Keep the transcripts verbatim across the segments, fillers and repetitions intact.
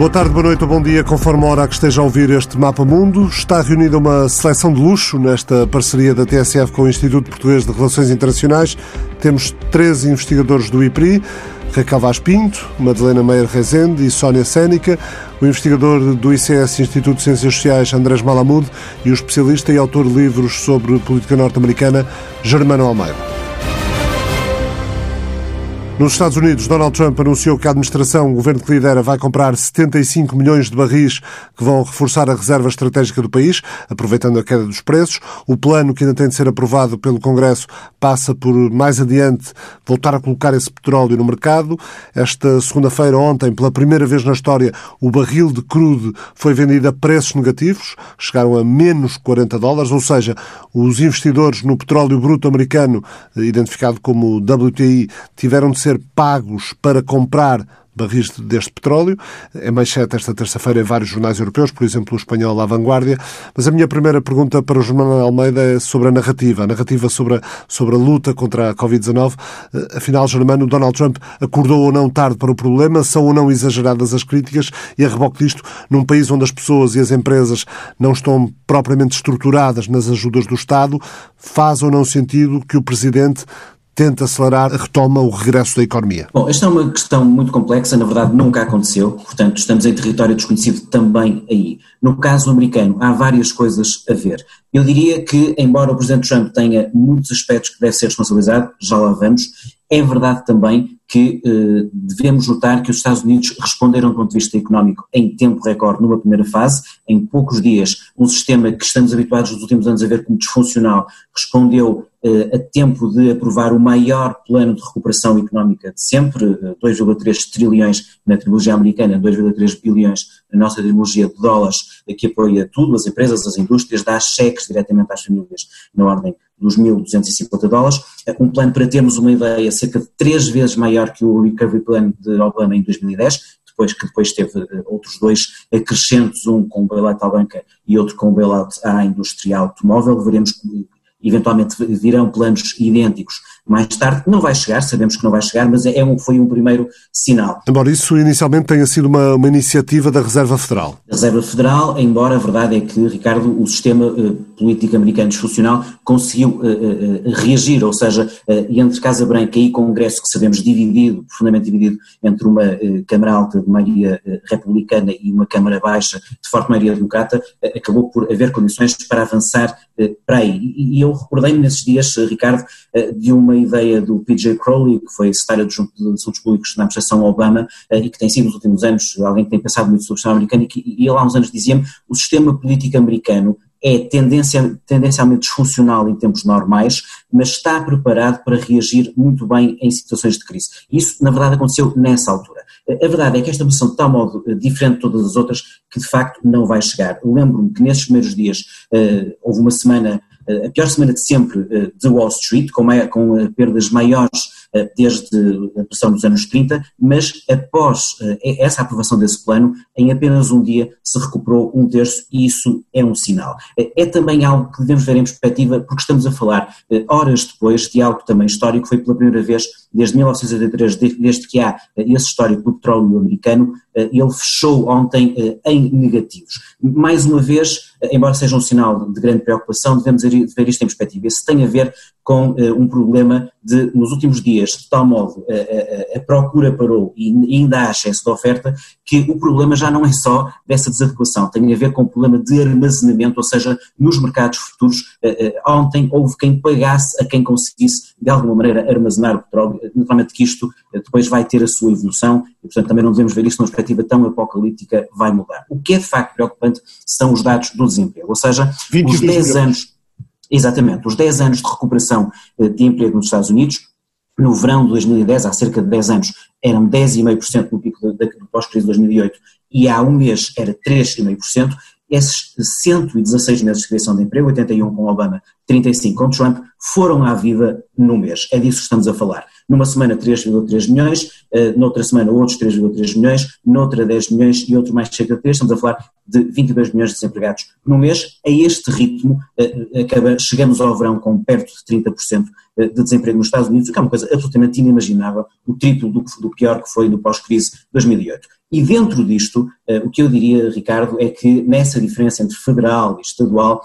Boa tarde, boa noite ou bom dia, conforme a hora que esteja a ouvir este Mapa Mundo. Está reunida uma seleção de luxo nesta parceria da T S F com o Instituto Português de Relações Internacionais. Temos três investigadores do I P R I, Raquel Vaz Pinto, Madalena Meyer Rezende e Sónia Sénica, o investigador do I C S, Instituto de Ciências Sociais, Andrés Malamud, e o especialista e autor de livros sobre política norte-americana, Germano Almeida. Nos Estados Unidos, Donald Trump anunciou que a administração, o governo que lidera, vai comprar setenta e cinco milhões de barris que vão reforçar a reserva estratégica do país, aproveitando a queda dos preços. O plano, que ainda tem de ser aprovado pelo Congresso, passa por, mais adiante, voltar a colocar esse petróleo no mercado. Esta segunda-feira, ontem, pela primeira vez na história, o barril de crude foi vendido a preços negativos, chegaram a menos quarenta dólares, ou seja, os investidores no petróleo bruto americano, identificado como W T I, tiveram de ser pagos para comprar barris deste petróleo. É manchete esta terça-feira em vários jornais europeus, por exemplo o espanhol A Vanguardia. Mas a minha primeira pergunta para o Germano Almeida é sobre a narrativa, a narrativa sobre a, sobre a luta contra a covid dezanove. Afinal, Germano, Donald Trump acordou ou não tarde para o problema? São ou não exageradas as críticas? E a reboque disto, num país onde as pessoas e as empresas não estão propriamente estruturadas nas ajudas do Estado, faz ou não sentido que o Presidente tenta acelerar a retoma, o regresso da economia? Bom, esta é uma questão muito complexa, na verdade nunca aconteceu, portanto estamos em território desconhecido também aí. No caso americano há várias coisas a ver. Eu diria que, embora o Presidente Trump tenha muitos aspectos que deve ser responsabilizado, já lá vamos, é verdade também que eh, devemos notar que os Estados Unidos responderam do ponto de vista económico em tempo recorde numa primeira fase, em poucos dias, um sistema que estamos habituados nos últimos anos a ver como disfuncional, respondeu eh, a tempo de aprovar o maior plano de recuperação económica de sempre, eh, dois vírgula três trilhões na terminologia americana, dois vírgula três bilhões na nossa terminologia de dólares, que apoia tudo, as empresas, as indústrias, dá cheques diretamente às famílias na ordem dos mil duzentos e cinquenta dólares, um plano, para termos uma ideia, cerca de três vezes maior que o Recovery Plan de Obama em dois mil e dez, depois que depois teve outros dois acrescentos, um com o bailout à banca e outro com o bailout à indústria automóvel. Veremos que eventualmente virão planos idênticos mais tarde. Não vai chegar, sabemos que não vai chegar, mas é um, foi um primeiro sinal. Embora isso inicialmente tenha sido uma, uma iniciativa da Reserva Federal. A Reserva Federal, embora a verdade é que, Ricardo, o sistema uh, político americano disfuncional conseguiu uh, uh, reagir, ou seja, uh, entre Casa Branca e Congresso, que sabemos dividido, profundamente dividido, entre uma uh, Câmara Alta de maioria uh, republicana e uma Câmara Baixa de forte maioria democrata, uh, acabou por haver condições para avançar uh, para aí. E, e eu recordei-me nesses dias, uh, Ricardo, uh, de uma ideia do P J Crowley, que foi secretário adjunto de Assuntos Públicos na administração Obama, uh, e que tem sido nos últimos anos alguém que tem pensado muito sobre o sistema americano, e, que, e ele há uns anos dizia-me: o sistema político americano é tendencia, tendencialmente disfuncional em tempos normais, mas está preparado para reagir muito bem em situações de crise. Isso, na verdade, aconteceu nessa altura. A verdade é que esta moção de tal modo diferente de todas as outras que, de facto, não vai chegar. Lembro-me que nesses primeiros dias uh, houve uma semana, uh, a pior semana de sempre uh, de Wall Street, com, mai- com uh, perdas maiores desde a pressão dos anos trinta, mas após uh, essa aprovação desse plano, em apenas um dia se recuperou um terço, e isso é um sinal. Uh, é também algo que devemos ver em perspectiva, porque estamos a falar uh, horas depois de algo também histórico. Foi pela primeira vez desde mil novecentos e oitenta e três, desde, desde que há uh, esse histórico do petróleo americano, uh, ele fechou ontem uh, em negativos. Mais uma vez, uh, embora seja um sinal de grande preocupação, devemos ver isto em perspectiva. Isso tem a ver com uh, um problema de, nos últimos dias, de tal modo a, a, a procura parou e ainda há excesso de oferta, que o problema já não é só dessa desadequação, tem a ver com o problema de armazenamento, ou seja, nos mercados futuros, uh, uh, ontem houve quem pagasse a quem conseguisse de alguma maneira armazenar o petróleo. Naturalmente que isto uh, depois vai ter a sua evolução e, portanto, também não devemos ver isto numa perspectiva tão apocalíptica, vai mudar. O que é de facto preocupante são os dados do desemprego, ou seja, os dez anos... Exatamente, os dez anos de recuperação de emprego nos Estados Unidos, no verão de dois mil e dez, há cerca de dez anos, eram dez vírgula cinco por cento no pico do pós-crise de dois mil e oito, e há um mês era três vírgula cinco por cento. Esses cento e dezasseis meses de criação de emprego, oitenta e um com Obama, trinta e cinco com Trump, foram à vida no mês. É disso que estamos a falar. Numa semana três vírgula três milhões, uh, noutra semana outros três vírgula três milhões, noutra dez milhões e outro mais cerca de três. Estamos a falar de vinte e dois milhões de desempregados no mês. A este ritmo, uh, acaba, chegamos ao verão com perto de trinta por cento de desemprego nos Estados Unidos, o que é uma coisa absolutamente inimaginável, o triplo do, do pior que foi no pós-crise de dois mil e oito. E dentro disto, o que eu diria, Ricardo, é que nessa diferença entre federal e estadual,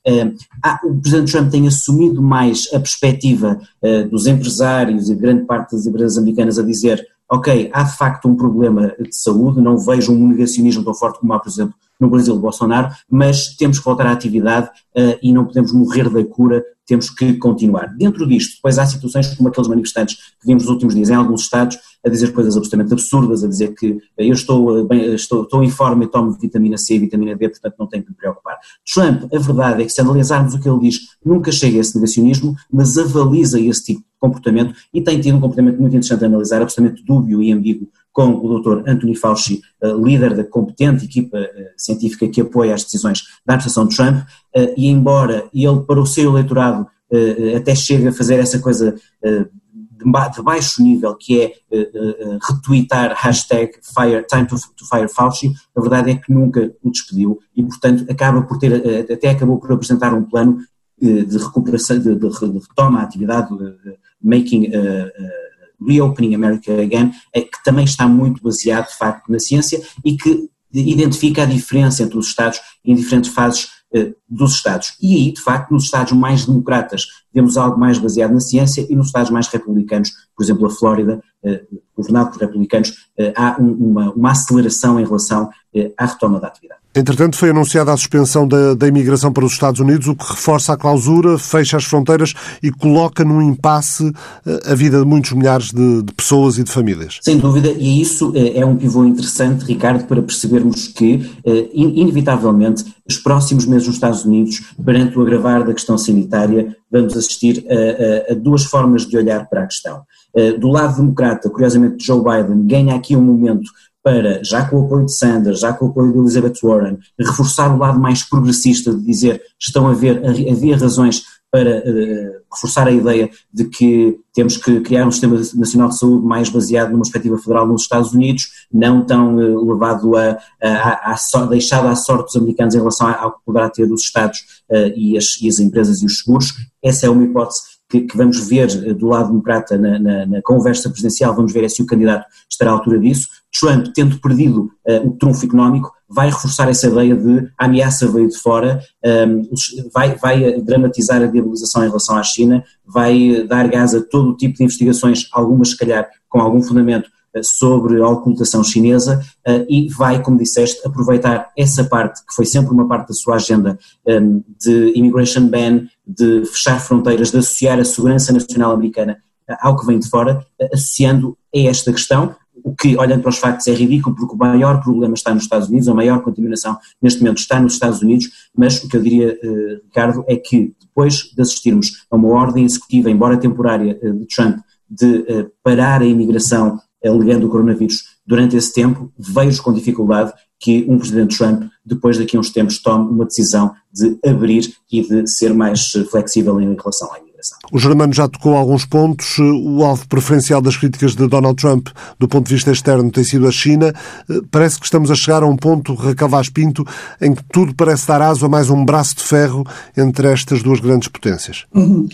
o Presidente Trump tem assumido mais a perspectiva dos empresários e de grande parte das empresas americanas a dizer: ok, há de facto um problema de saúde, não vejo um negacionismo tão forte como há, por exemplo, no Brasil, Bolsonaro, mas temos que voltar à atividade uh, e não podemos morrer da cura, temos que continuar. Dentro disto, depois há situações como aqueles manifestantes que vimos nos últimos dias em alguns estados a dizer coisas absolutamente absurdas, a dizer que uh, eu estou, uh, bem, estou, estou em forma e tomo vitamina C e vitamina D, portanto não tenho que me preocupar. Trump, a verdade é que se analisarmos o que ele diz, nunca chega a esse negacionismo, mas avaliza esse tipo de comportamento e tem tido um comportamento muito interessante a analisar, absolutamente dúbio e ambíguo, com o doutor Anthony Fauci, uh, líder da competente equipa uh, científica que apoia as decisões da administração de Trump, uh, e embora ele para o seu eleitorado uh, até chegue a fazer essa coisa uh, de, de baixo nível, que é uh, uh, retweetar hashtag fire, time to, to fire Fauci, a verdade é que nunca o despediu e, portanto, acaba por ter, uh, até acabou por apresentar um plano uh, de recuperação, de, de, de retoma à atividade, uh, making uh, uh, Reopening America Again, que também está muito baseado de facto na ciência e que identifica a diferença entre os Estados em diferentes fases uh, dos Estados. E aí, de facto, nos Estados mais democratas vemos algo mais baseado na ciência e nos Estados mais republicanos, por exemplo a Flórida, uh, governado por republicanos, uh, há um, uma, uma aceleração em relação uh, à retoma da atividade. Entretanto, foi anunciada a suspensão da, da imigração para os Estados Unidos, o que reforça a clausura, fecha as fronteiras e coloca num impasse a vida de muitos milhares de, de pessoas e de famílias. Sem dúvida, e isso é um pivô interessante, Ricardo, para percebermos que, inevitavelmente, os próximos meses nos Estados Unidos, perante o agravar da questão sanitária, vamos assistir a, a, a duas formas de olhar para a questão. Do lado democrata, curiosamente, Joe Biden ganha aqui um momento para, já com o apoio de Sanders, já com o apoio de Elizabeth Warren, reforçar o lado mais progressista de dizer estão a haver, havia razões para uh, reforçar a ideia de que temos que criar um sistema nacional de saúde mais baseado numa perspectiva federal nos Estados Unidos, não tão uh, levado a, a, a, a so, deixado à sorte dos americanos em relação ao que poderá ter os Estados uh, e, as, e as empresas e os seguros. Essa é uma hipótese que, que vamos ver do lado democrata na, na, na conversa presidencial, vamos ver se o candidato estará à altura disso. Trump, tendo perdido uh, o trunfo económico, vai reforçar essa ideia de a ameaça veio de fora, um, vai, vai dramatizar a debilização em relação à China, vai dar gás a todo o tipo de investigações, algumas se calhar com algum fundamento, uh, sobre a ocultação chinesa, uh, e vai, como disseste, aproveitar essa parte, que foi sempre uma parte da sua agenda, um, de immigration ban, de fechar fronteiras, de associar a segurança nacional americana uh, ao que vem de fora, uh, associando a esta questão, o que, olhando para os factos, é ridículo, porque o maior problema está nos Estados Unidos, a maior contaminação neste momento está nos Estados Unidos, mas o que eu diria, eh, Ricardo, é que depois de assistirmos a uma ordem executiva, embora temporária, eh, de Trump, de eh, parar a imigração alegando o coronavírus durante esse tempo, vejo com dificuldade que um presidente Trump, depois daqui a uns tempos, tome uma decisão de abrir e de ser mais flexível em relação à imigração. O Germano já tocou alguns pontos. O alvo preferencial das críticas de Donald Trump do ponto de vista externo tem sido a China. Parece que estamos a chegar a um ponto, Raquel Vaz Pinto, em que tudo parece dar aso a mais um braço de ferro entre estas duas grandes potências. Uhum.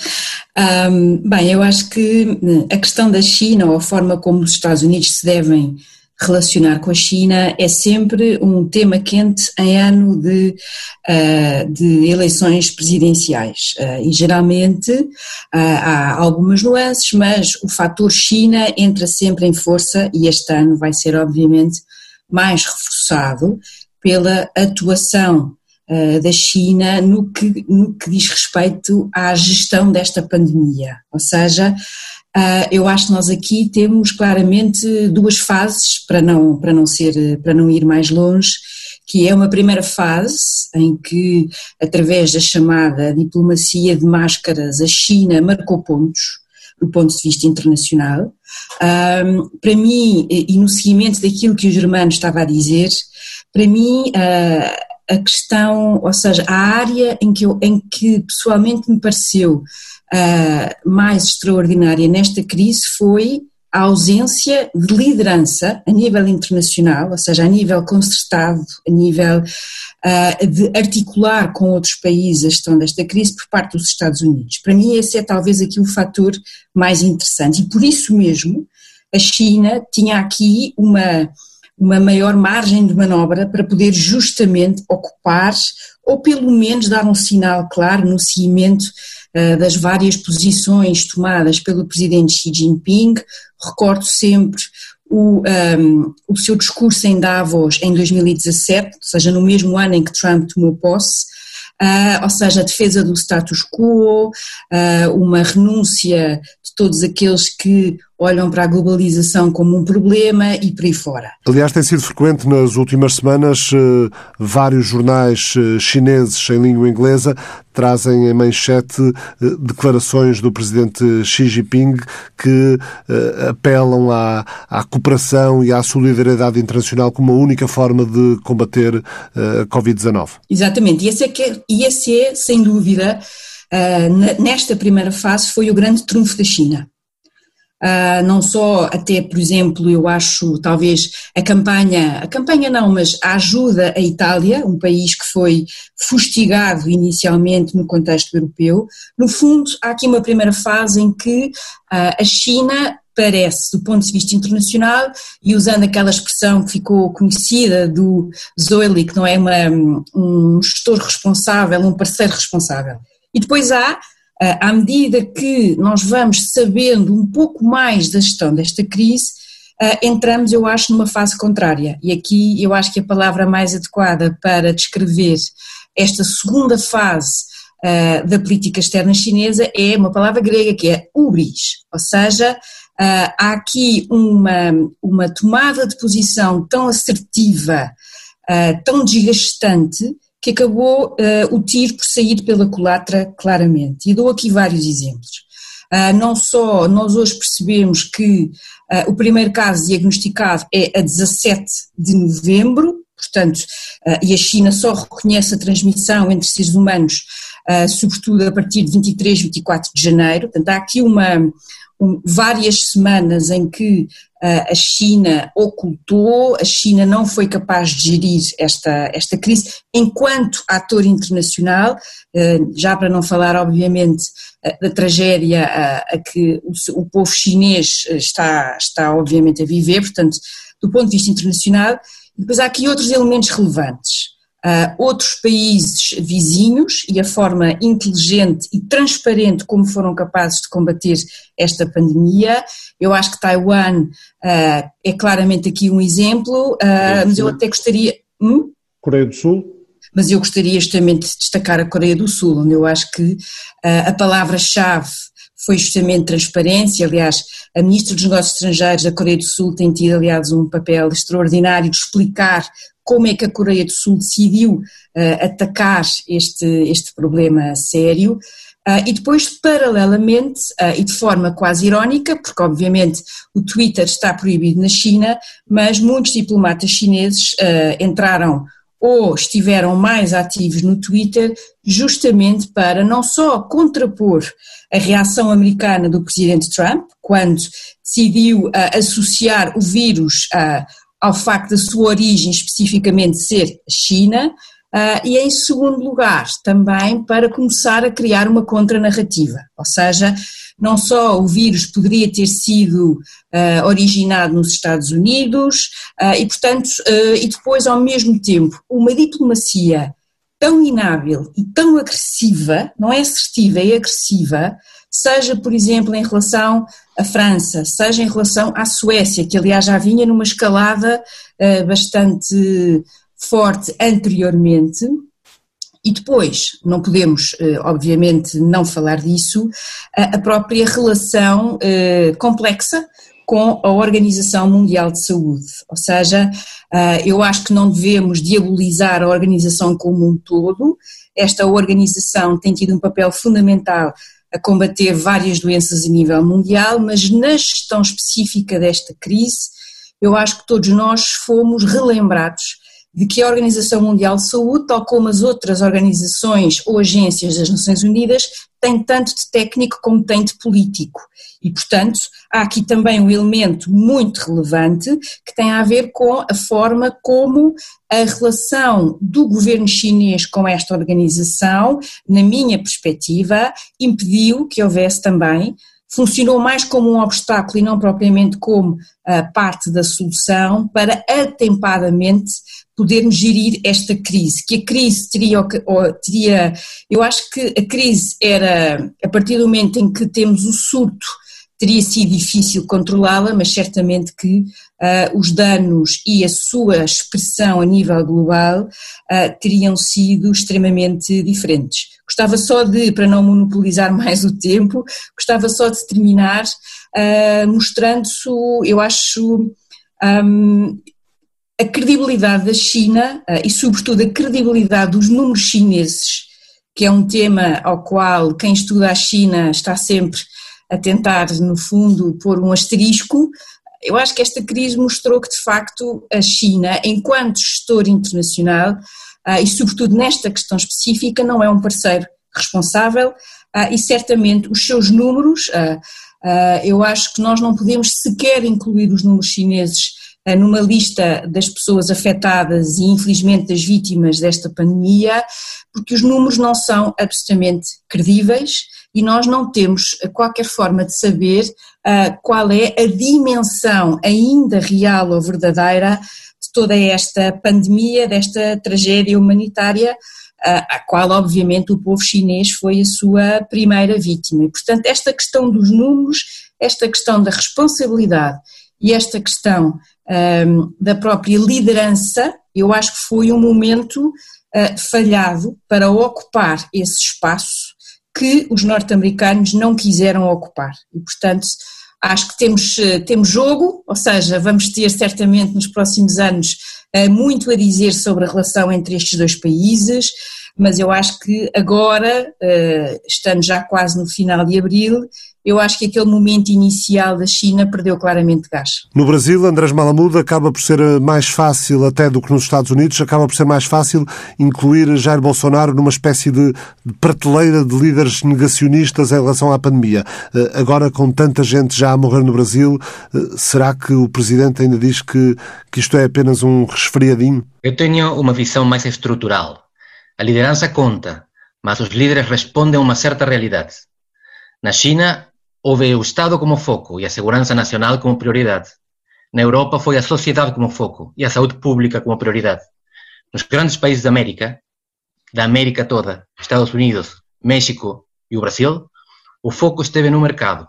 Um, bem, eu acho que a questão da China, ou a forma como os Estados Unidos se devem relacionar com a China, é sempre um tema quente em ano de, uh, de eleições presidenciais uh, e geralmente uh, há algumas nuances, mas o fator China entra sempre em força e este ano vai ser obviamente mais reforçado pela atuação uh, da China no que, no que diz respeito à gestão desta pandemia, ou seja, Uh, eu acho que nós aqui temos claramente duas fases, para não, para não ser, para não ir mais longe, que é uma primeira fase em que, através da chamada diplomacia de máscaras, a China marcou pontos do ponto de vista internacional. Uh, para mim, e no seguimento daquilo que o Germano estava a dizer, para mim uh, a questão, ou seja, a área em que, eu, em que pessoalmente me pareceu Uh, mais extraordinária nesta crise foi a ausência de liderança a nível internacional, ou seja, a nível concertado, a nível uh, de articular com outros países a gestão desta crise por parte dos Estados Unidos. Para mim esse é talvez aqui o fator mais interessante e por isso mesmo a China tinha aqui uma, uma maior margem de manobra para poder justamente ocupar, ou pelo menos dar um sinal claro no seguimento uh, das várias posições tomadas pelo presidente Xi Jinping. Recordo sempre o, um, o seu discurso em Davos em dois mil e dezassete, ou seja, no mesmo ano em que Trump tomou posse, uh, ou seja, a defesa do status quo, uh, uma renúncia de todos aqueles que olham para a globalização como um problema e por aí fora. Aliás, tem sido frequente nas últimas semanas, eh, vários jornais eh, chineses em língua inglesa trazem em manchete eh, declarações do presidente Xi Jinping que eh, apelam à, à cooperação e à solidariedade internacional como a única forma de combater eh, a covid dezanove. Exatamente, e esse é, que é, e esse é sem dúvida, uh, nesta primeira fase foi o grande trunfo da China. Uh, não só até, por exemplo, eu acho talvez a campanha, a campanha não, mas a ajuda à Itália, um país que foi fustigado inicialmente no contexto europeu. No fundo, há aqui uma primeira fase em que uh, a China parece, do ponto de vista internacional, e usando aquela expressão que ficou conhecida do Zoeli, que não é uma, um gestor responsável, um parceiro responsável. E depois há, à medida que nós vamos sabendo um pouco mais da gestão desta crise, entramos, eu acho, numa fase contrária. E aqui eu acho que a palavra mais adequada para descrever esta segunda fase da política externa chinesa é uma palavra grega que é hubris, ou seja, há aqui uma, uma tomada de posição tão assertiva, tão desgastante, que acabou uh, o tiro por sair pela culatra claramente. E dou aqui vários exemplos. Uh, não só nós hoje percebemos que uh, o primeiro caso diagnosticado é a dezassete de novembro, portanto, uh, e a China só reconhece a transmissão entre seres humanos, uh, sobretudo a partir de vinte e três, vinte e quatro de janeiro. Portanto, há aqui uma, um, várias semanas em que a China ocultou, a China não foi capaz de gerir esta, esta crise enquanto ator internacional, já para não falar obviamente da tragédia a que o povo chinês está, está obviamente a viver, portanto do ponto de vista internacional. E depois há aqui outros elementos relevantes. Uh, outros países vizinhos e a forma inteligente e transparente como foram capazes de combater esta pandemia. Eu acho que Taiwan uh, é claramente aqui um exemplo, uh, mas eu até gostaria... Hum? Coreia do Sul? Mas eu gostaria justamente de destacar a Coreia do Sul, onde eu acho que uh, a palavra-chave foi justamente transparência. Aliás, a Ministra dos Negócios Estrangeiros da Coreia do Sul tem tido, aliás, um papel extraordinário de explicar como é que a Coreia do Sul decidiu uh, atacar este, este problema sério. Uh, e depois, paralelamente, uh, e de forma quase irónica, porque obviamente o Twitter está proibido na China, mas muitos diplomatas chineses uh, entraram ou estiveram mais ativos no Twitter justamente para não só contrapor a reação americana do presidente Trump, quando decidiu uh, associar o vírus a uh, ao facto da sua origem especificamente ser a China, uh, e em segundo lugar também para começar a criar uma contranarrativa, ou seja, não só o vírus poderia ter sido uh, originado nos Estados Unidos, uh, e portanto, uh, e depois ao mesmo tempo uma diplomacia tão inábil e tão agressiva, não é assertiva, é agressiva, seja, por exemplo, em relação à França, seja em relação à Suécia, que aliás já vinha numa escalada uh, bastante forte anteriormente, e depois, não podemos, uh, obviamente, não falar disso, uh, a própria relação uh, complexa com a Organização Mundial de Saúde, ou seja, uh, eu acho que não devemos diabolizar a organização como um todo. Esta organização tem tido um papel fundamental a combater várias doenças a nível mundial, mas na gestão específica desta crise, eu acho que todos nós fomos relembrados de que a Organização Mundial de Saúde, tal como as outras organizações ou agências das Nações Unidas, tem tanto de técnico como tem de político. E, portanto, há aqui também um elemento muito relevante que tem a ver com a forma como a relação do governo chinês com esta organização, na minha perspectiva, impediu que houvesse também, funcionou mais como um obstáculo e não propriamente como uh, parte da solução para atempadamente podermos gerir esta crise, que a crise teria, ou, teria, eu acho que a crise era, a partir do momento em que temos o surto, teria sido difícil controlá-la, mas certamente que uh, os danos e a sua expressão a nível global uh, teriam sido extremamente diferentes. Gostava só de, para não monopolizar mais o tempo, gostava só de terminar uh, mostrando-se, eu acho, um, a credibilidade da China uh, e sobretudo a credibilidade dos números chineses, que é um tema ao qual quem estuda a China está sempre a tentar, no fundo, pôr um asterisco. Eu acho que esta crise mostrou que, de facto, a China, enquanto gestor internacional, uh, e sobretudo nesta questão específica, não é um parceiro responsável uh, e certamente os seus números, uh, uh, eu acho que nós não podemos sequer incluir os números chineses uh, numa lista das pessoas afetadas e, infelizmente, das vítimas desta pandemia, porque os números não são absolutamente credíveis. E nós não temos qualquer forma de saber uh, qual é a dimensão ainda real ou verdadeira de toda esta pandemia, desta tragédia humanitária, uh, a qual obviamente o povo chinês foi a sua primeira vítima. E portanto esta questão dos números, esta questão da responsabilidade e esta questão um, da própria liderança, eu acho que foi um momento uh, falhado para ocupar esse espaço que os norte-americanos não quiseram ocupar e, portanto, acho que temos, temos jogo, ou seja, vamos ter certamente nos próximos anos muito a dizer sobre a relação entre estes dois países, mas eu acho que agora, estando já quase no final de abril, eu acho que aquele momento inicial da China perdeu claramente gás. No Brasil, Andrés Malamud, acaba por ser mais fácil até do que nos Estados Unidos, acaba por ser mais fácil incluir Jair Bolsonaro numa espécie de prateleira de líderes negacionistas em relação à pandemia. Agora, com tanta gente já a morrer no Brasil, será que o Presidente ainda diz que, que isto é apenas um resfriadinho? Eu tenho uma visão mais estrutural. A liderança conta, mas os líderes respondem a uma certa realidade. Na China, houve o Estado como foco e a segurança nacional como prioridade. Na Europa foi a sociedade como foco e a saúde pública como prioridade. Nos grandes países da América, da América toda, Estados Unidos, México e o Brasil, o foco esteve no mercado.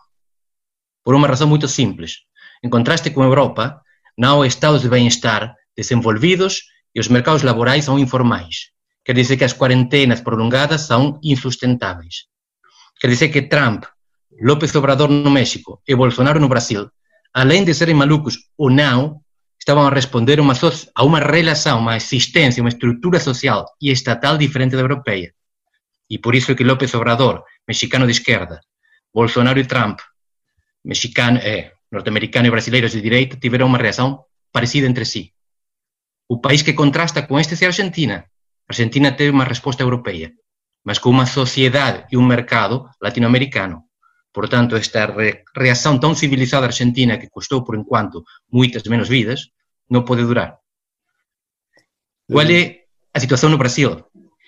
Por uma razão muito simples. Em contraste com a Europa, não há estados de bem-estar desenvolvidos e os mercados laborais são informais. Quer dizer que as quarentenas prolongadas são insustentáveis. Quer dizer que Trump, López Obrador no México e Bolsonaro no Brasil, além de serem malucos ou não, estavam a responder uma so- a uma relação, uma existência, uma estrutura social e estatal diferente da europeia. E por isso é que López Obrador, mexicano de esquerda, Bolsonaro e Trump, mexicano, eh, norte-americano e brasileiros de direita, tiveram uma reação parecida entre si. O país que contrasta com este é a Argentina. A Argentina teve uma resposta europeia, mas com uma sociedade e um mercado latino-americano. Portanto, esta re- reação tão civilizada argentina, que custou, por enquanto, muitas menos vidas, não pode durar. Qual é a situação no Brasil?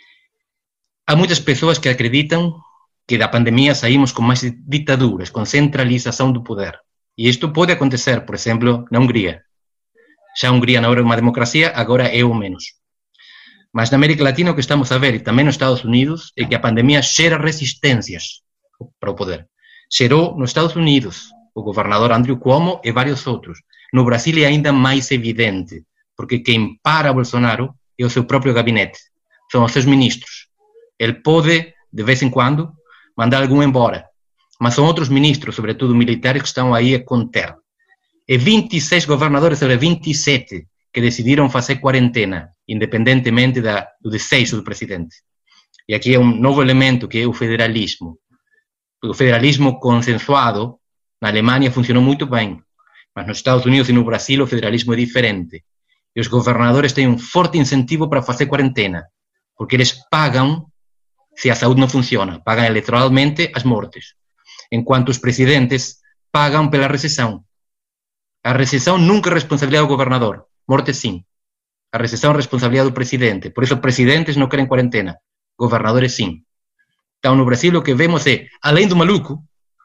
Há muitas pessoas que acreditam que da pandemia saímos com mais ditaduras, com centralização do poder. E isto pode acontecer, por exemplo, na Hungria. Já a Hungria não era uma democracia, agora é o menos. Mas na América Latina o que estamos a ver, e também nos Estados Unidos, é que a pandemia gera resistências para o poder. Gerou nos Estados Unidos o governador Andrew Cuomo e vários outros. No Brasil é ainda mais evidente, porque quem para Bolsonaro é o seu próprio gabinete, são os seus ministros. Ele pode, de vez em quando, mandar algum embora, mas são outros ministros, sobretudo militares, que estão aí a conter. E vinte e seis governadores sobre vinte e sete que decidiram fazer quarentena, independentemente da, do desejo do presidente. E aqui é um novo elemento, que é o federalismo. O federalismo consensuado na Alemanha funcionou muito bem, mas nos Estados Unidos e no Brasil o federalismo é diferente. E os governadores têm um forte incentivo para fazer quarentena, porque eles pagam se a saúde não funciona, pagam eleitoralmente as mortes, enquanto os presidentes pagam pela recessão. A recessão nunca é responsabilidade do governador, morte sim. A recessão é responsabilidade do presidente, por isso presidentes não querem quarentena, governadores sim. Então no Brasil o que vemos é, além do maluco,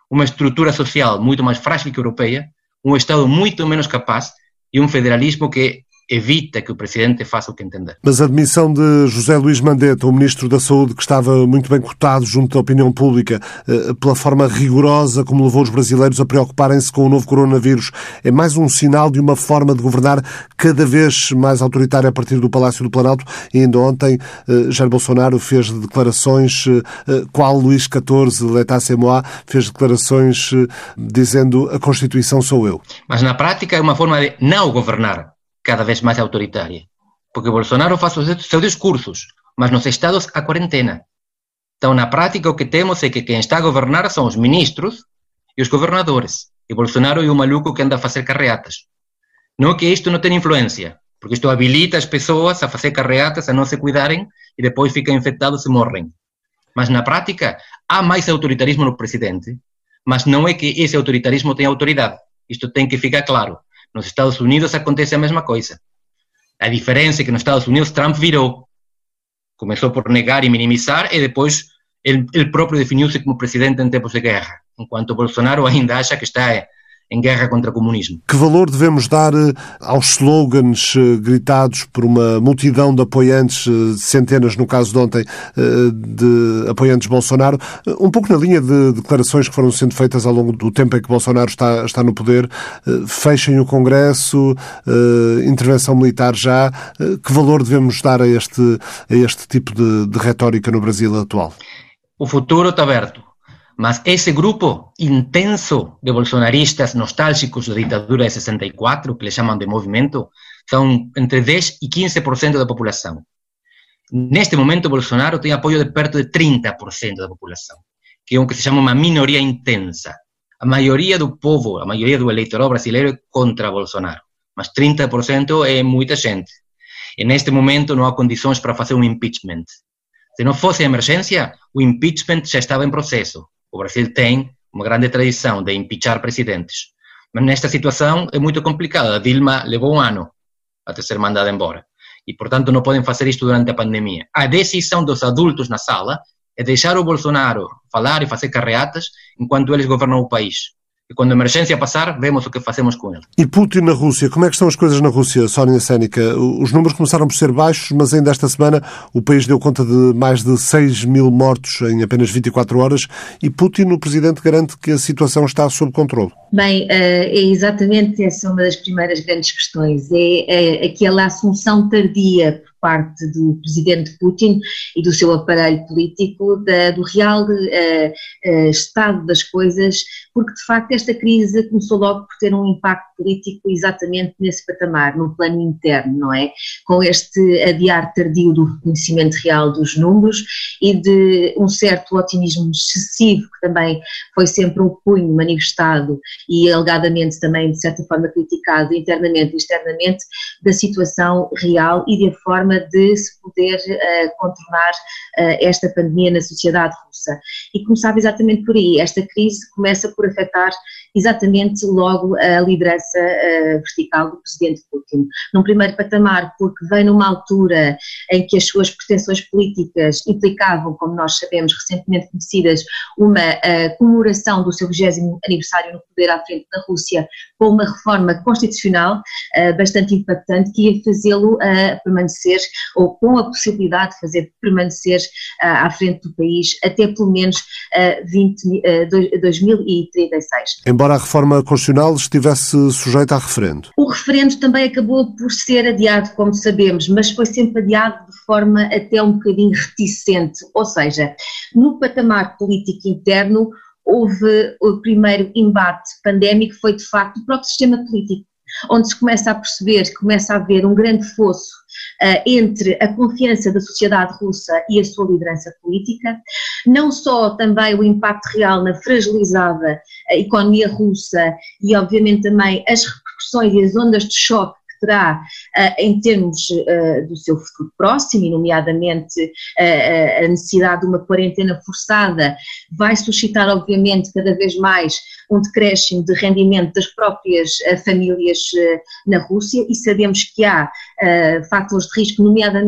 uma estrutura social muito mais frágil que a europeia, um Estado muito menos capaz e um federalismo que evita que o Presidente faça o que entender. Mas a admissão de José Luís Mandetta, o Ministro da Saúde, que estava muito bem cotado junto da opinião pública, pela forma rigorosa como levou os brasileiros a preocuparem-se com o novo coronavírus, é mais um sinal de uma forma de governar cada vez mais autoritária a partir do Palácio do Planalto. E ainda ontem, Jair Bolsonaro fez declarações, qual Luís catorze, l'état c'est moi, fez declarações dizendo a Constituição sou eu. Mas na prática é uma forma de não governar cada vez mais autoritária. Porque Bolsonaro faz os seus discursos, mas nos estados há quarentena. Então, na prática, o que temos é que quem está a governar são os ministros e os governadores. E Bolsonaro é o maluco que anda a fazer carreatas. Não que isto não tenha influência, porque isto habilita as pessoas a fazer carreatas, a não se cuidarem e depois ficam infectados e morrem. Mas, na prática, há mais autoritarismo no presidente, mas não é que esse autoritarismo tenha autoridade. Isto tem que ficar claro. Nos Estados Unidos acontece a mesma coisa. A diferença é que nos Estados Unidos Trump virou. Começou por negar e minimizar e depois ele, ele próprio definiu-se como presidente em tempos de guerra, enquanto Bolsonaro ainda acha que está em guerra contra o comunismo. Que valor devemos dar aos slogans gritados por uma multidão de apoiantes, centenas no caso de ontem, de apoiantes de Bolsonaro, um pouco na linha de declarações que foram sendo feitas ao longo do tempo em que Bolsonaro está, está no poder, fechem o Congresso, intervenção militar já. Que valor devemos dar a este, a este tipo de, de retórica no Brasil atual? O futuro está aberto. Mas esse grupo intenso de bolsonaristas nostálgicos da ditadura de sessenta e quatro, que eles chamam de movimento, são entre dez e quinze por cento da população. Neste momento, Bolsonaro tem apoio de perto de trinta por cento da população, que é o que se chama uma minoria intensa. A maioria do povo, a maioria do eleitorado brasileiro é contra Bolsonaro, mas trinta por cento é muita gente. E neste momento não há condições para fazer um impeachment. Se não fosse emergência, o impeachment já estava em processo. O Brasil tem uma grande tradição de impeachar presidentes. Mas nesta situação é muito complicado. A Dilma levou um ano até ser mandada embora. E, portanto, não podem fazer isto durante a pandemia. A decisão dos adultos na sala é deixar o Bolsonaro falar e fazer carreatas enquanto eles governam o país. E quando a emergência passar, vemos o que fazemos com ele. E Putin na Rússia? Como é que estão as coisas na Rússia, Sónia Sénica? Os números começaram por ser baixos, mas ainda esta semana o país deu conta de mais de seis mil mortos em apenas vinte e quatro horas e Putin, o presidente, garante que a situação está sob controle. Bem, é exatamente essa uma das primeiras grandes questões. É aquela assunção tardia por parte do presidente Putin e do seu aparelho político da, do real uh, uh, estado das coisas, porque de facto esta crise começou logo por ter um impacto político exatamente nesse patamar, no plano interno, não é? Com este adiar tardio do reconhecimento real dos números e de um certo otimismo excessivo, que também foi sempre um punho manifestado e alegadamente também de certa forma criticado internamente e externamente, da situação real e da forma de se poder uh, contornar uh, esta pandemia na sociedade russa. E começava exatamente por aí. Esta crise começa por afetar exatamente logo a liderança uh, vertical do presidente Putin. Num primeiro patamar, porque vem numa altura em que as suas pretensões políticas implicavam, como nós sabemos, recentemente conhecidas, uma uh, comemoração do seu vigésimo aniversário no poder à frente da Rússia, com uma reforma constitucional uh, bastante impactante que ia fazê-lo uh, permanecer, ou com a possibilidade de fazer permanecer uh, à frente do país até pelo menos uh, vinte, uh, dois mil e trinta e seis. Embora a reforma constitucional estivesse sujeita a referendo. O referendo também acabou por ser adiado, como sabemos, mas foi sempre adiado de forma até um bocadinho reticente, ou seja, no patamar político interno houve o primeiro embate pandémico, foi de facto o próprio sistema político, onde se começa a perceber que começa a haver um grande fosso uh, entre a confiança da sociedade russa e a sua liderança política, não só também o impacto real na fragilizada uh, economia russa e obviamente também as repercussões e as ondas de choque terá uh, em termos uh, do seu futuro próximo, e nomeadamente uh, a necessidade de uma quarentena forçada, vai suscitar obviamente cada vez mais um decréscimo de rendimento das próprias uh, famílias uh, na Rússia, e sabemos que há uh, fatores de risco, nomeadamente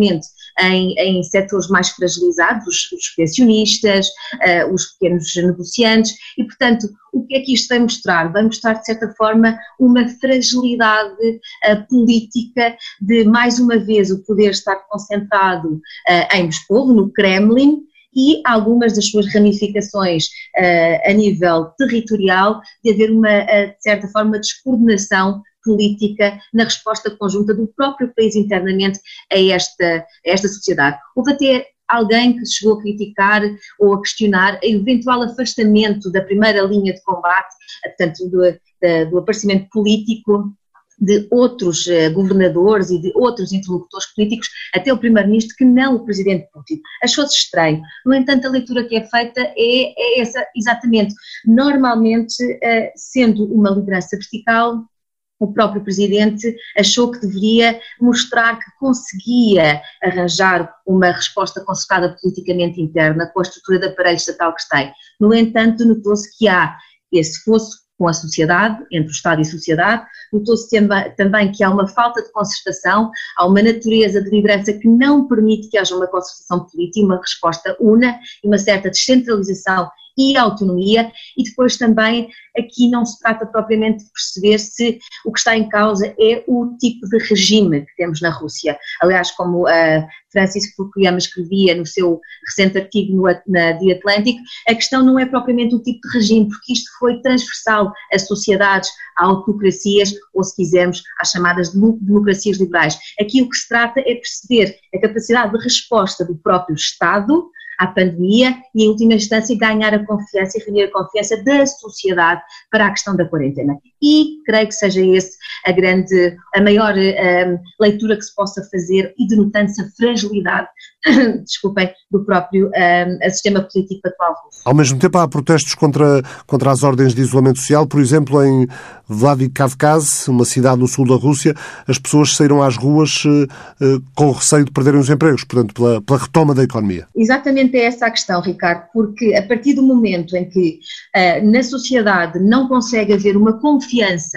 em, em setores mais fragilizados, os, os pensionistas, uh, os pequenos negociantes, e portanto o que é que isto vai mostrar? Vai mostrar de certa forma uma fragilidade uh, política de mais uma vez o poder estar concentrado uh, em Moscou, no Kremlin, e algumas das suas ramificações uh, a nível territorial, de haver uma, uh, de certa forma, descoordenação política na resposta conjunta do próprio país internamente a esta, a esta sociedade. Houve até alguém que chegou a criticar ou a questionar o eventual afastamento da primeira linha de combate, portanto, do, do aparecimento político de outros uh, governadores e de outros interlocutores políticos, até o primeiro-ministro, que não o presidente Putin. Achou-se estranho. No entanto, a leitura que é feita é, é essa, exatamente. Normalmente, uh, sendo uma liderança vertical, o próprio presidente achou que deveria mostrar que conseguia arranjar uma resposta concertada politicamente interna com a estrutura de aparelho estatal que tem. No entanto, notou-se que há esse fosso com a sociedade, entre o Estado e a sociedade, notou-se também que há uma falta de concertação, há uma natureza de liderança que não permite que haja uma concertação política, uma resposta una e uma certa descentralização e autonomia, e depois também aqui não se trata propriamente de perceber se o que está em causa é o tipo de regime que temos na Rússia. Aliás, como a Francis Fukuyama escrevia no seu recente artigo no, na The Atlantic, a questão não é propriamente o tipo de regime, porque isto foi transversal a sociedades, a autocracias, ou se quisermos, às chamadas democracias liberais. Aqui o que se trata é perceber a capacidade de resposta do próprio Estado à pandemia e, em última instância, ganhar a confiança e reunir a confiança da sociedade para a questão da quarentena. E creio que seja esse a grande, a maior um, leitura que se possa fazer e denotando-se a fragilidade, desculpem, do próprio um, sistema político atual russo. Ao mesmo tempo há protestos contra, contra as ordens de isolamento social, por exemplo, em Vladikavkaz, uma cidade no sul da Rússia, as pessoas saíram às ruas uh, uh, com receio de perderem os empregos, portanto, pela, pela retoma da economia. Exatamente é essa a questão, Ricardo, porque a partir do momento em que uh, na sociedade não consegue haver uma confiança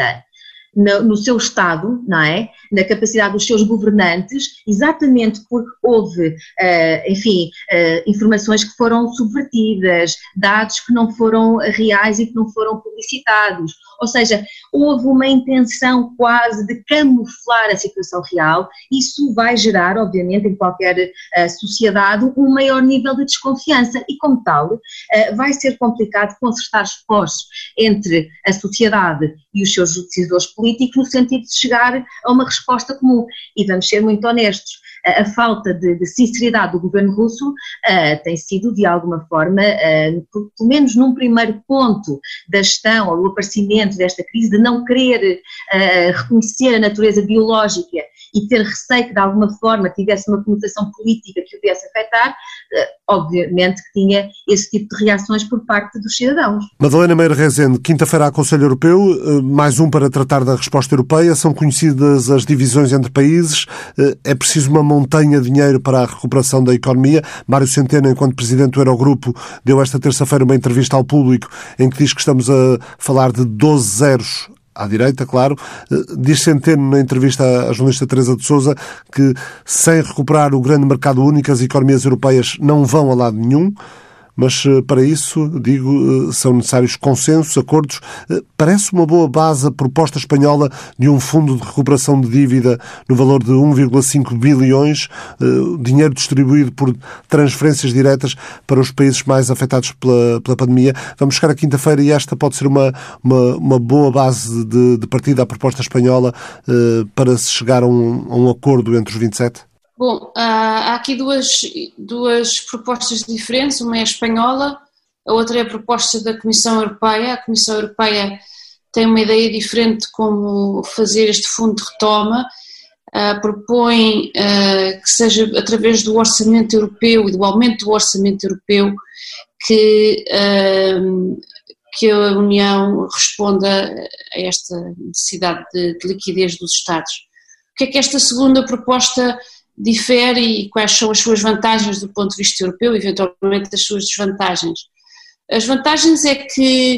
No, no seu Estado, não é? Na capacidade dos seus governantes, exatamente porque houve, uh, enfim, uh, informações que foram subvertidas, dados que não foram reais e que não foram publicitados. Ou seja, houve uma intenção quase de camuflar a situação real. Isso vai gerar, obviamente, em qualquer uh, sociedade, um maior nível de desconfiança e, como tal, uh, vai ser complicado consertar esforços entre a sociedade e os seus decisores políticos no sentido de chegar a uma resposta comum. E vamos ser muito honestos, a falta de, de sinceridade do governo russo uh, tem sido, de alguma forma, uh, pelo menos num primeiro ponto da gestão ou do aparecimento desta crise, de não querer uh, reconhecer a natureza biológica e ter receio que de alguma forma tivesse uma conotação política que o viesse afetar, uh, obviamente que tinha esse tipo de reações por parte dos cidadãos. Madalena Meira Rezende, quinta-feira há Conselho Europeu, uh, mais um para tratar da resposta europeia, são conhecidas as divisões entre países, uh, é preciso uma montanha de dinheiro para a recuperação da economia. Mário Centeno, enquanto presidente do Eurogrupo, deu esta terça-feira uma entrevista ao público em que diz que estamos a falar de doze zeros à direita, claro. Diz Centeno na entrevista à jornalista Teresa de Sousa que sem recuperar o grande mercado único as economias europeias não vão a lado nenhum. Mas para isso, digo, são necessários consensos, acordos. Parece uma boa base a proposta espanhola de um fundo de recuperação de dívida no valor de um vírgula cinco bilhões, dinheiro distribuído por transferências diretas para os países mais afetados pela, pela pandemia. Vamos chegar à quinta-feira e esta pode ser uma, uma, uma boa base de, de partida à proposta espanhola para se chegar a um, a um acordo entre os vinte e sete? Bom, há aqui duas, duas propostas diferentes, uma é a espanhola, a outra é a proposta da Comissão Europeia. A Comissão Europeia tem uma ideia diferente de como fazer este fundo de retoma, uh, propõe uh, que seja através do orçamento europeu e do aumento do orçamento europeu que, uh, que a União responda a esta necessidade de, de liquidez dos Estados. O que é que esta segunda proposta difere e quais são as suas vantagens do ponto de vista europeu e eventualmente as suas desvantagens? As vantagens é que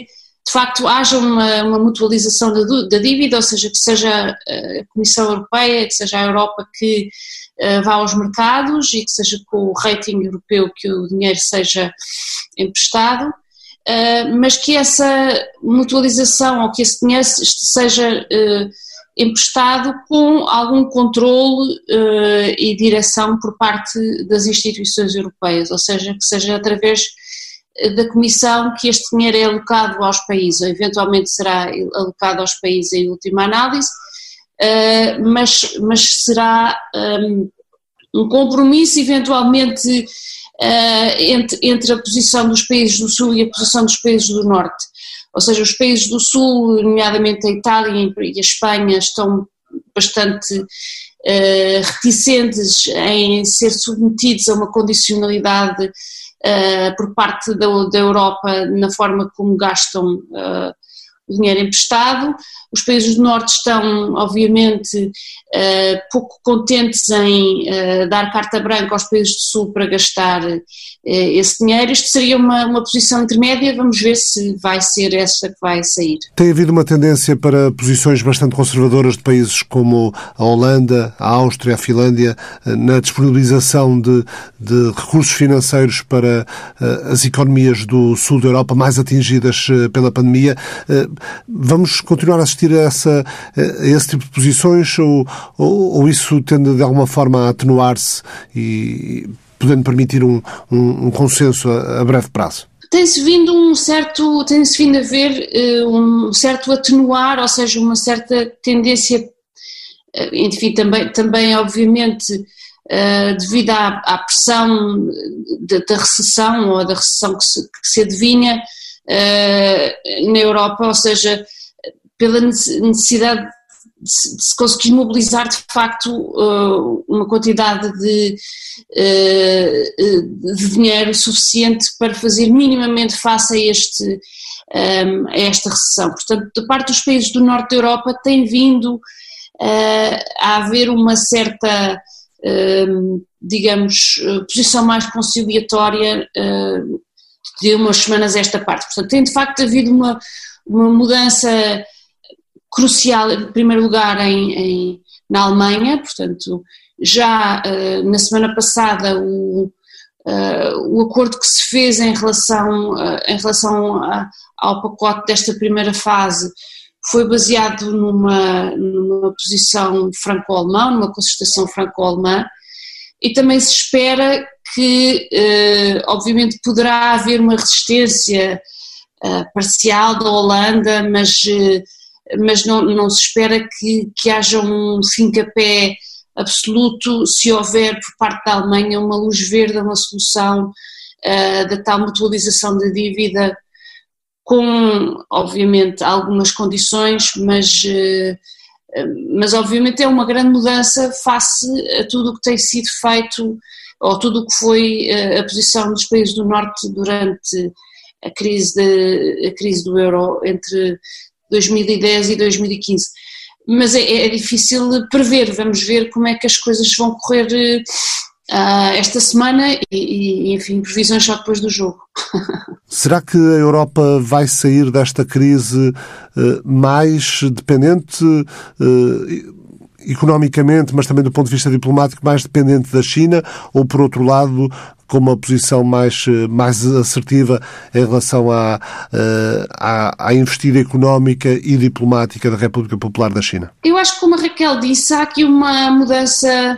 de facto haja uma, uma mutualização da, da dívida, ou seja, que seja a Comissão Europeia, que seja a Europa que uh, vá aos mercados e que seja com o rating europeu que o dinheiro seja emprestado, uh, mas que essa mutualização ou que esse dinheiro seja uh, emprestado com algum controle uh, e direção por parte das instituições europeias, ou seja, que seja através da Comissão que este dinheiro é alocado aos países, ou eventualmente será alocado aos países em última análise, uh, mas, mas será um, um compromisso eventualmente uh, entre, entre a posição dos países do Sul e a posição dos países do Norte. Ou seja, os países do Sul, nomeadamente a Itália e a Espanha, estão bastante uh, reticentes em ser submetidos a uma condicionalidade uh, por parte da, da Europa na forma como gastam uh, o dinheiro emprestado. Os países do Norte estão, obviamente, uh, pouco contentes em uh, dar carta branca aos países do Sul para gastar uh, esse dinheiro. Isto seria uma, uma posição intermédia, vamos ver se vai ser essa que vai sair. Tem havido uma tendência para posições bastante conservadoras de países como a Holanda, a Áustria, a Finlândia, na disponibilização de, de recursos financeiros para uh, as economias do Sul da Europa mais atingidas uh, pela pandemia. Uh, Vamos continuar a assistir a, essa, a esse tipo de posições ou, ou, ou isso tende de alguma forma a atenuar-se e podendo permitir um, um, um consenso a, a breve prazo? Tem-se vindo um certo, tem-se vindo a ver uh, um certo atenuar, ou seja, uma certa tendência, uh, enfim, também, também obviamente uh, devido à, à pressão da, da recessão ou da recessão que se, que se adivinha, Uh, na Europa, ou seja, pela necessidade de se, de se conseguir mobilizar de facto uh, uma quantidade de, uh, de dinheiro suficiente para fazer minimamente face a, este, um, a esta recessão. Portanto, da parte dos países do Norte da Europa tem vindo uh, a haver uma certa, uh, digamos, posição mais conciliatória uh, de umas semanas a esta parte. Portanto, tem de facto havido uma, uma mudança crucial, em primeiro lugar, em, em, na Alemanha. Portanto, já uh, na semana passada o, uh, o acordo que se fez em relação, uh, em relação a, ao pacote desta primeira fase foi baseado numa, numa posição franco-alemã, numa concertação franco-alemã, e também se espera que, eh, obviamente, poderá haver uma resistência eh, parcial da Holanda, mas, eh, mas não, não se espera que, que haja um fim-capé absoluto se houver por parte da Alemanha uma luz verde, uma solução eh, da tal mutualização da dívida com, obviamente, algumas condições, mas... Eh, mas obviamente é uma grande mudança face a tudo o que tem sido feito, ou tudo o que foi a posição dos países do Norte durante a crise, de, a crise do euro entre dois mil e dez e dois mil e quinze. Mas é, é difícil prever, vamos ver como é que as coisas vão correr uh, esta semana e, e, enfim, previsões só depois do jogo. Será que a Europa vai sair desta crise uh, mais dependente, uh, economicamente, mas também do ponto de vista diplomático, mais dependente da China, ou por outro lado, com uma posição mais, mais assertiva em relação à, à, à investida económica e diplomática da República Popular da China? Eu acho que, como a Raquel disse, há aqui uma mudança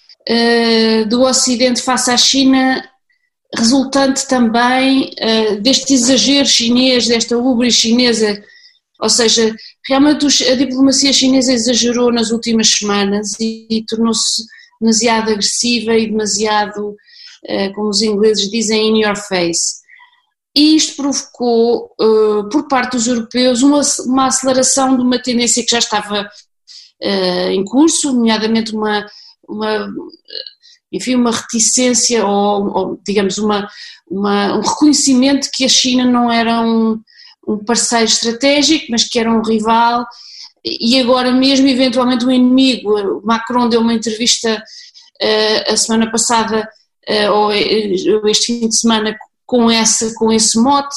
uh, do Ocidente face à China, resultante também uh, deste exagero chinês, desta ubris chinesa, ou seja, realmente a diplomacia chinesa exagerou nas últimas semanas e, e tornou-se demasiado agressiva e demasiado, uh, como os ingleses dizem, in your face. E isto provocou, uh, por parte dos europeus, uma, uma aceleração de uma tendência que já estava uh, em curso, nomeadamente uma, uma enfim, uma reticência ou, ou digamos, uma, uma, um reconhecimento que a China não era um, um parceiro estratégico, mas que era um rival e agora mesmo eventualmente um inimigo. O Macron deu uma entrevista uh, a semana passada, uh, ou este fim de semana, com, essa, com esse mote.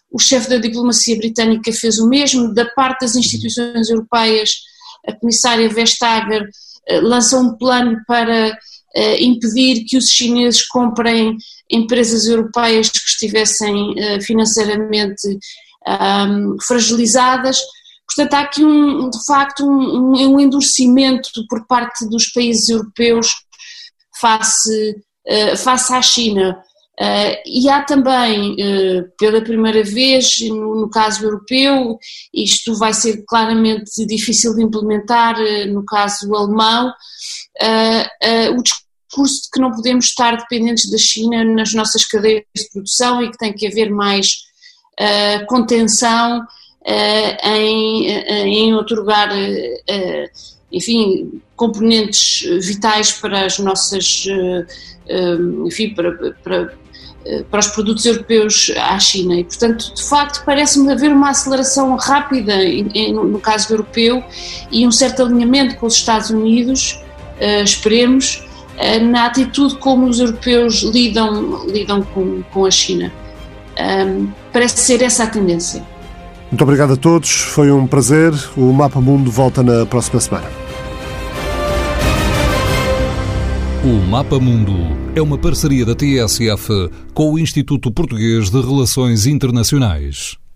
o chefe da diplomacia britânica fez o mesmo. Da parte das instituições europeias, a comissária Vestager uh, lançou um plano para uh, impedir que os chineses comprem empresas europeias que estivessem uh, financeiramente um, fragilizadas. Portanto, há aqui, um, de facto, um, um endurecimento por parte dos países europeus face, uh, face à China. Uh, e há também, uh, pela primeira vez, no, no caso europeu, isto vai ser claramente difícil de implementar, uh, no caso alemão, uh, uh, o discurso de que não podemos estar dependentes da China nas nossas cadeias de produção e que tem que haver mais uh, contenção uh, em, em otorgar, uh, enfim, componentes vitais para as nossas, uh, uh, enfim, para, para, para os produtos europeus à China. E, portanto, de facto, parece-me haver uma aceleração rápida em, em, no caso europeu e um certo alinhamento com os Estados Unidos, uh, esperemos, na atitude como os europeus lidam, lidam com, com a China. Um, parece ser essa a tendência. Muito obrigado a todos, foi um prazer. O Mapa Mundo volta na próxima semana. O Mapa Mundo é uma parceria da T S F com o Instituto Português de Relações Internacionais.